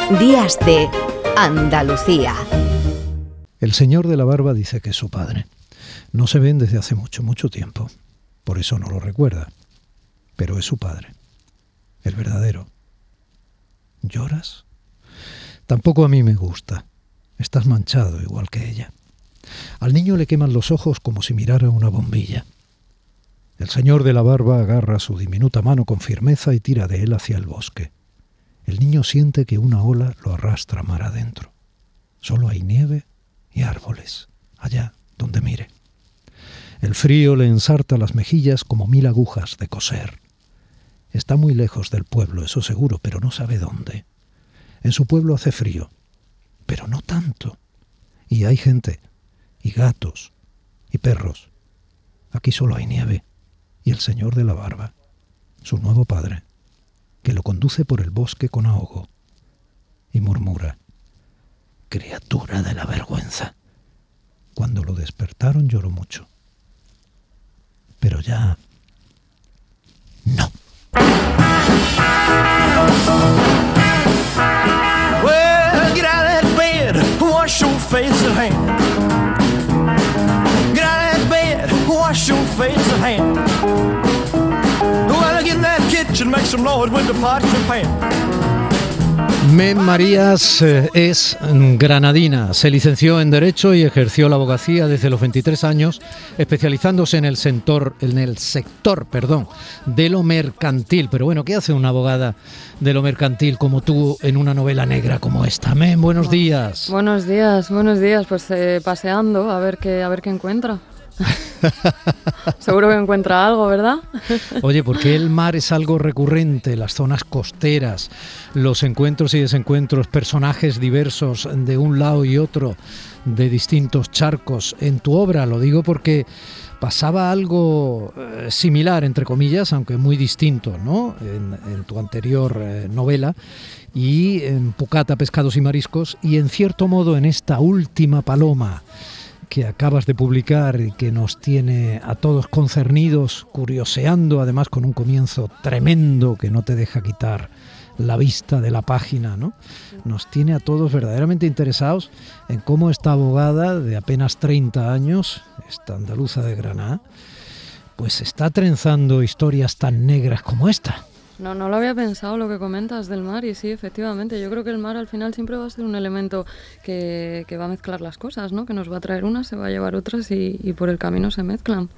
Días de Andalucía. El señor de la barba dice que es su padre. No se ven desde hace mucho, mucho tiempo. Por eso no lo recuerda. Pero es su padre. El verdadero. ¿Lloras? Tampoco a mí me gusta. Estás manchado igual que ella. Al niño le queman los ojos como si mirara una bombilla. El señor de la barba agarra su diminuta mano con firmeza y tira de él hacia el bosque. El niño siente que una ola lo arrastra mar adentro. Solo hay nieve y árboles, allá donde mire. El frío le ensarta las mejillas como 1000 agujas de coser. Está muy lejos del pueblo, eso seguro, pero no sabe dónde. En su pueblo hace frío, pero no tanto. Y hay gente, y gatos, y perros. Aquí solo hay nieve y el señor de la barba, su nuevo padre, que lo conduce por el bosque con ahogo y murmura: criatura de la vergüenza. Cuando lo despertaron lloró mucho, pero ya no. Well, get out of that bed, wash your face and hand. Get out of that bed, wash your face and hand. Well, get in that kitchen, make some noise with the pots and pans. Mem Marías es granadina, se licenció en Derecho y ejerció la abogacía desde los 23 años, especializándose en el sector de lo mercantil. Pero bueno, ¿qué hace una abogada de lo mercantil como tú en una novela negra como esta? Mem, buenos días. Buenos días, pues paseando a ver qué encuentra. Seguro que encuentra algo, ¿verdad? Oye, porque el mar es algo recurrente, las zonas costeras, los encuentros y desencuentros, personajes diversos de un lado y otro, de distintos charcos. En tu obra, lo digo porque pasaba algo similar, entre comillas, aunque muy distinto, ¿no? En tu anterior novela, y en Pucata, Pescados y Mariscos, y en cierto modo en esta última Paloma que acabas de publicar y que nos tiene a todos concernidos, curioseando, además con un comienzo tremendo que no te deja quitar la vista de la página, ¿no? Nos tiene a todos verdaderamente interesados en cómo esta abogada de apenas 30 años, esta andaluza de Granada, pues está trenzando historias tan negras como esta. No lo había pensado lo que comentas del mar, y sí, efectivamente, yo creo que el mar al final siempre va a ser un elemento que va a mezclar las cosas, ¿no? Que nos va a traer unas, se va a llevar otras y por el camino se mezclan.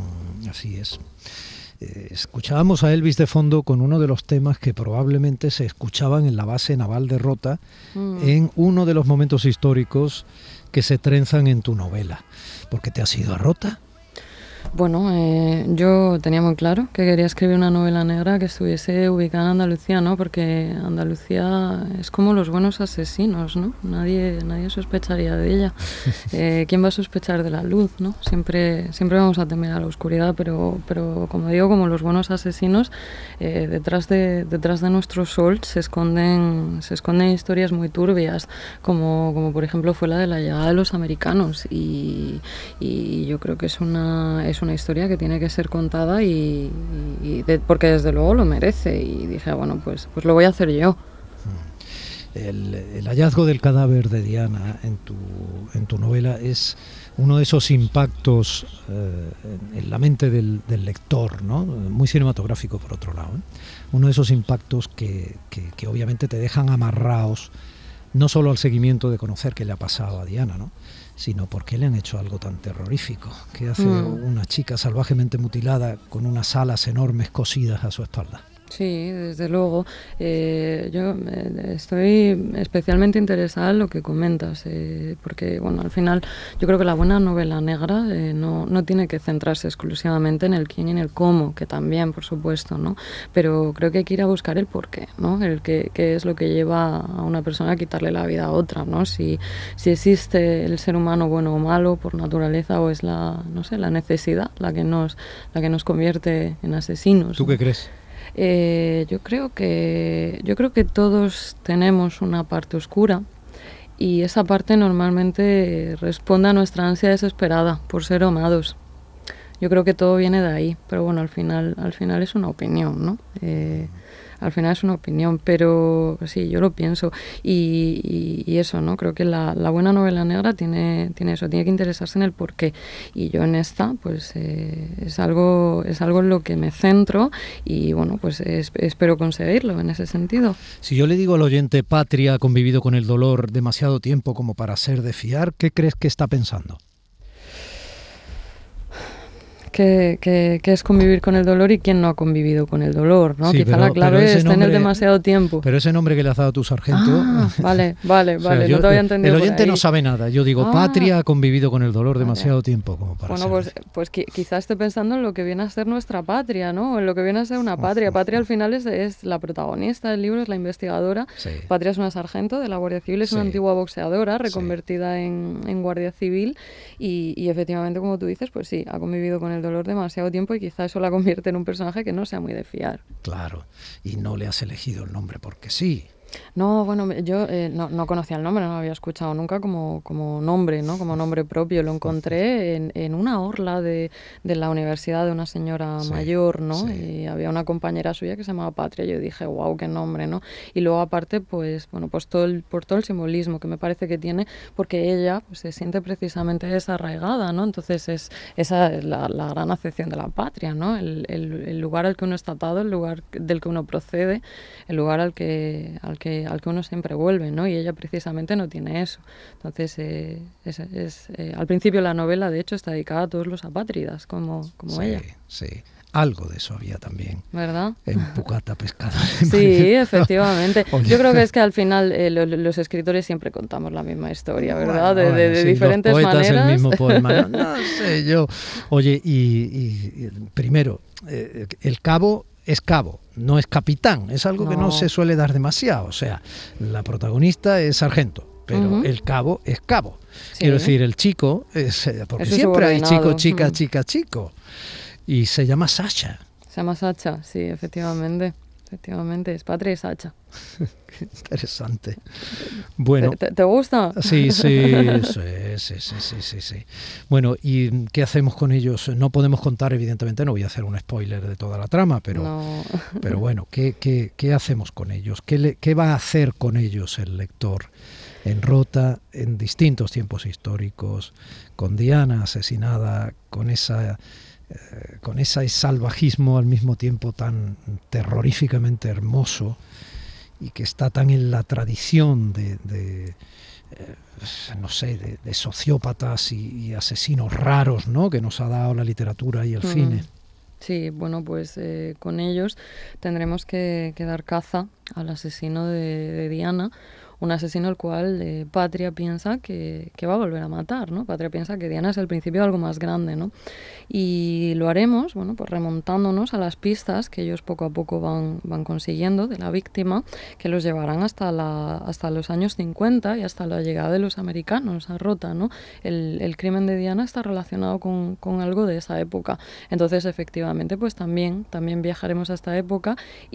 Así es. Escuchábamos a Elvis de fondo con uno de los temas que probablemente se escuchaban en la base naval de Rota, en uno de los momentos históricos que se trenzan en tu novela. ¿Por qué te has ido a Rota? Bueno, yo tenía muy claro que quería escribir una novela negra que estuviese ubicada en Andalucía, ¿no? Porque Andalucía es como los buenos asesinos, ¿no? Nadie sospecharía de ella. ¿Quién va a sospechar de la luz, no? Siempre vamos a temer a la oscuridad, pero como digo, como los buenos asesinos, detrás de nuestro sol se esconden historias muy turbias, como por ejemplo fue la de la llegada de los americanos, y yo creo que es una historia que tiene que ser contada porque desde luego lo merece, y dije, bueno, pues lo voy a hacer yo. El hallazgo del cadáver de Diana en tu novela es uno de esos impactos en la mente del lector, ¿no? Muy cinematográfico por otro lado, ¿eh? Uno de esos impactos que obviamente te dejan amarrados no solo al seguimiento de conocer qué le ha pasado a Diana, ¿no? Sino por qué le han hecho algo tan terrorífico. ¿Qué hace una chica salvajemente mutilada con unas alas enormes cosidas a su espalda? Sí, desde luego. Yo estoy especialmente interesada en lo que comentas, porque bueno, al final yo creo que la buena novela negra no tiene que centrarse exclusivamente en el quién y en el cómo, que también, por supuesto, ¿no? Pero creo que hay que ir a buscar el porqué, ¿no? El qué es lo que lleva a una persona a quitarle la vida a otra, ¿no? Si existe el ser humano bueno o malo por naturaleza, o es la necesidad la que nos convierte en asesinos. ¿Tú qué crees? Yo creo que todos tenemos una parte oscura, y esa parte normalmente responde a nuestra ansia desesperada por ser amados. Yo creo que todo viene de ahí, pero bueno, al final es una opinión, ¿no? al final es una opinión, pero sí, yo lo pienso. Y eso, ¿no? Creo que la buena novela negra tiene eso, tiene que interesarse en el porqué. Y yo en esta, pues es algo en lo que me centro y bueno, pues espero conseguirlo en ese sentido. Si yo le digo al oyente, Patria ha convivido con el dolor demasiado tiempo como para ser de fiar, ¿qué crees que está pensando? Que es convivir con el dolor y quién no ha convivido con el dolor, ¿no? Sí, Quizá la clave está en el demasiado tiempo. Pero ese nombre que le has dado a tu sargento... Vale, o sea, no te había entendido. El oyente no sabe nada. Yo digo, Patria ha convivido con el dolor demasiado tiempo como para ser... Bueno, pues quizás esté pensando en lo que viene a ser nuestra patria, ¿no? En lo que viene a ser una patria. Patria al final es la protagonista del libro, es la investigadora. Sí. Patria es una sargento de la Guardia Civil, es una antigua boxeadora reconvertida en Guardia Civil y efectivamente, como tú dices, pues sí, ha convivido con el dolor demasiado tiempo y quizá eso la convierte en un personaje que no sea muy de fiar. Claro, y no le has elegido el nombre porque sí. No, bueno, yo no conocía el nombre, no lo había escuchado nunca como nombre, ¿no? Como nombre propio. Lo encontré en una orla de la universidad de una señora mayor, ¿no? Sí. Y había una compañera suya que se llamaba Patria. Yo dije, wow, qué nombre, ¿no? Y luego aparte, pues, bueno, pues por todo el simbolismo que me parece que tiene, porque ella pues, se siente precisamente desarraigada, ¿no? Entonces esa es la gran acepción de la patria, ¿no? El lugar al que uno está atado, el lugar del que uno procede, el lugar al que uno siempre vuelve, ¿no? Y ella precisamente no tiene eso. Entonces, al principio la novela, de hecho, está dedicada a todos los apátridas, como ella. Sí, algo de eso había también. ¿Verdad? En Pucata Pescada. Sí, efectivamente. Yo creo que es que al final los escritores siempre contamos la misma historia, ¿verdad? Bueno, de sí, diferentes los poetas maneras. el mismo poema. No sé yo. Oye, y primero, el cabo es cabo, no es capitán, es algo que no se suele dar demasiado, o sea, la protagonista es sargento, pero el cabo es cabo. Sí. Quiero decir, el chico, porque eso siempre hay chico, chica, chica, chico, y se llama Sacha. Se llama Sacha, sí, efectivamente. Efectivamente, es Patria y Sacha. Qué interesante. Bueno, ¿Te gusta? Sí. Bueno, ¿y qué hacemos con ellos? No podemos contar, evidentemente, no voy a hacer un spoiler de toda la trama, pero, no. Pero bueno, ¿qué hacemos con ellos? ¿Qué va a hacer con ellos el lector? En Rota, en distintos tiempos históricos, con Diana asesinada, con ese salvajismo al mismo tiempo tan terroríficamente hermoso y que está tan en la tradición de sociópatas y asesinos raros, ¿no? Que nos ha dado la literatura y el cine. Sí, bueno, pues con ellos tendremos que dar caza al asesino de Diana, un asesino el cual Patria piensa que va a volver a matar, ¿no? Patria piensa que Diana es el principio de algo más grande, ¿no? Y lo haremos, bueno, pues remontándonos a las pistas que ellos poco a poco van consiguiendo de la víctima, que los llevarán hasta los años 50 y hasta la llegada de los americanos a Rota, ¿no? El crimen de Diana está relacionado con algo de esa época. Entonces, efectivamente, pues también viajaremos a esta época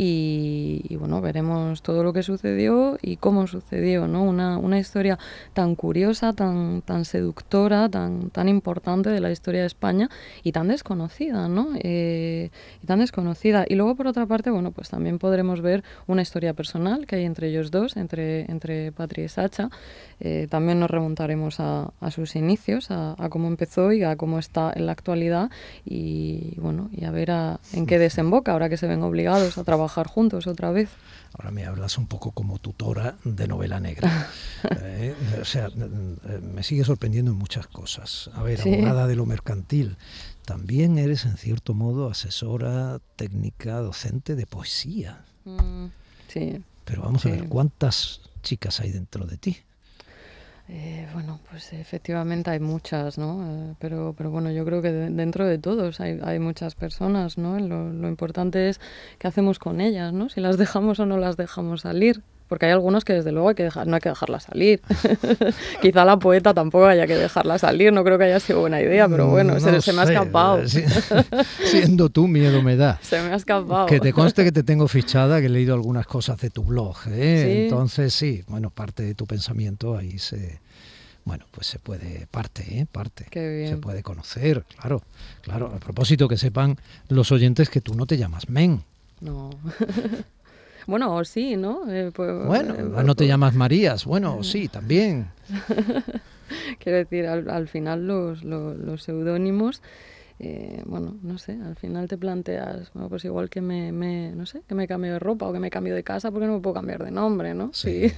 y bueno, veremos todo lo que sucedió y cómo sucedió, ¿no? Una historia tan curiosa, tan seductora, tan importante de la historia de España y tan desconocida, ¿no? Y luego, por otra parte, bueno, pues también podremos ver una historia personal que hay entre ellos dos, entre Patria y Sacha. También nos remontaremos a sus inicios, a cómo empezó y a cómo está en la actualidad y bueno, y a ver en qué desemboca ahora que se ven obligados a trabajar juntos otra vez. Ahora me hablas un poco como tutora de novela negra. O sea, me sigue sorprendiendo en muchas cosas. A ver, ¿sí? Abogada de lo mercantil. También eres, en cierto modo, asesora técnica, docente de poesía. Sí. Pero vamos a ver, ¿cuántas chicas hay dentro de ti? Bueno, pues efectivamente hay muchas, ¿no? Pero bueno, yo creo que dentro de todos hay muchas personas, ¿no? Lo importante es qué hacemos con ellas, ¿no? Si las dejamos o no las dejamos salir. Porque hay algunos que desde luego no hay que dejarlas salir. Quizá la poeta tampoco haya que dejarla salir, no creo que haya sido buena idea, pero bueno, se me ha escapado. Siendo tú, miedo me da. Se me ha escapado. Que te conste que te tengo fichada, que he leído algunas cosas de tu blog, ¿eh? ¿Sí? Entonces sí, bueno, parte de tu pensamiento ahí pues se puede, parte. Qué bien. Se puede conocer, claro. A propósito, que sepan los oyentes que tú no te llamas Men. No. Bueno, sí, ¿no? No te llamas Marías. Bueno, sí, también. Quiero decir, al final los seudónimos, bueno, no sé, al final te planteas, bueno, pues igual que no sé, que me cambio de ropa o que me cambio de casa, porque no me puedo cambiar de nombre, ¿no? Sí.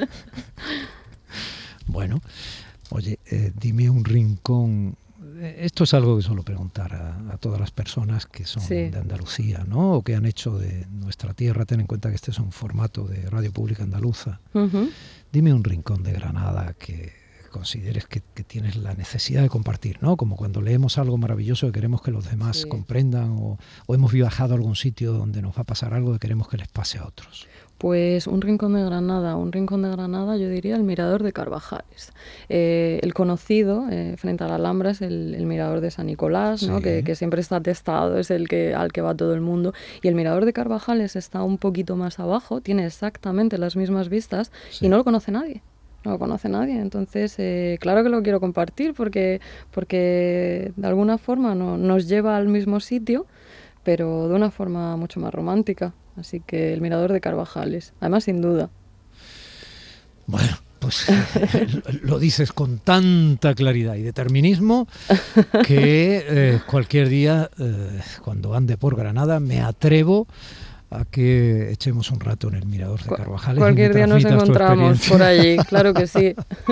Bueno, oye, dime un rincón. Esto es algo que suelo preguntar a todas las personas que son de Andalucía, ¿no? O que han hecho de nuestra tierra. Ten en cuenta que este es un formato de Radio Pública Andaluza. Uh-huh. Dime un rincón de Granada que consideres que tienes la necesidad de compartir, ¿no? Como cuando leemos algo maravilloso que queremos que los demás comprendan, o hemos viajado a algún sitio donde nos va a pasar algo que queremos que les pase a otros. Pues un rincón de Granada, yo diría el Mirador de Carvajales. El conocido, frente a la Alhambra, es el Mirador de San Nicolás, ¿no? Que siempre está atestado, es al que va todo el mundo. Y el Mirador de Carvajales está un poquito más abajo, tiene exactamente las mismas vistas y no lo conoce nadie. No lo conoce nadie, entonces claro que lo quiero compartir porque de alguna forma nos lleva al mismo sitio, pero de una forma mucho más romántica. Así que el Mirador de Carvajales, además sin duda. Bueno, pues lo dices con tanta claridad y determinismo que cualquier día, cuando ande por Granada, me atrevo a que echemos un rato en el Mirador de Carvajales. Cualquier día nos encontramos por allí, claro que sí.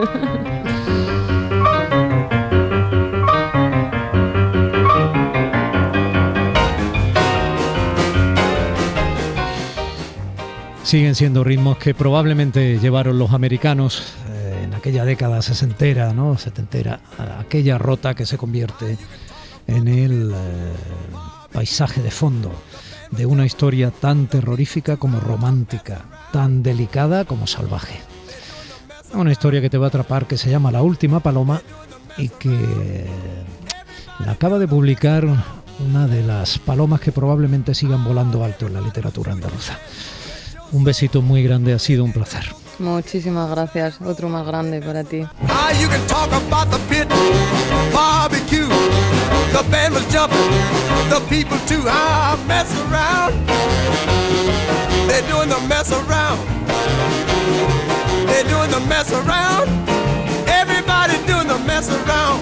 Siguen siendo ritmos que probablemente llevaron los americanos en aquella década sesentera, ¿no? Setentera, aquella rota que se convierte en el paisaje de fondo de una historia tan terrorífica como romántica, tan delicada como salvaje. Una historia que te va a atrapar, que se llama La Última Paloma y que la acaba de publicar una de las palomas que probablemente sigan volando alto en la literatura andaluza. Un besito muy grande, ha sido un placer. Muchísimas gracias, otro más grande para ti. You can talk about the pit, barbecue, the band was jumping, the people too, mess around, they're doing the mess around, they're doing the mess around, everybody doing the mess around.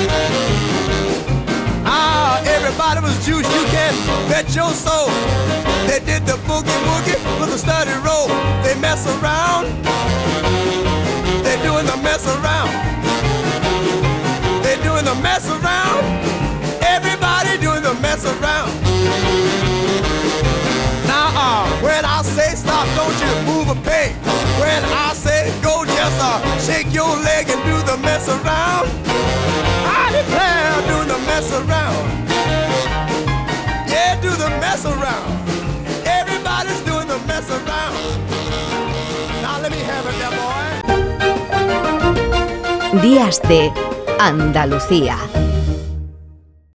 Everybody was juiced, you can bet your soul. They did the boogie woogie with a steady roll. They mess around, they're doing the mess around, they're doing the mess around, everybody doing the mess around. Now when I say stop, don't you move a peg. When I say go, just shake your leg and do the mess around. I declare, do the mess around. Yeah, do the mess around. Everybody's doing the mess around. Now let me have it, that boy. Días de Andalucía.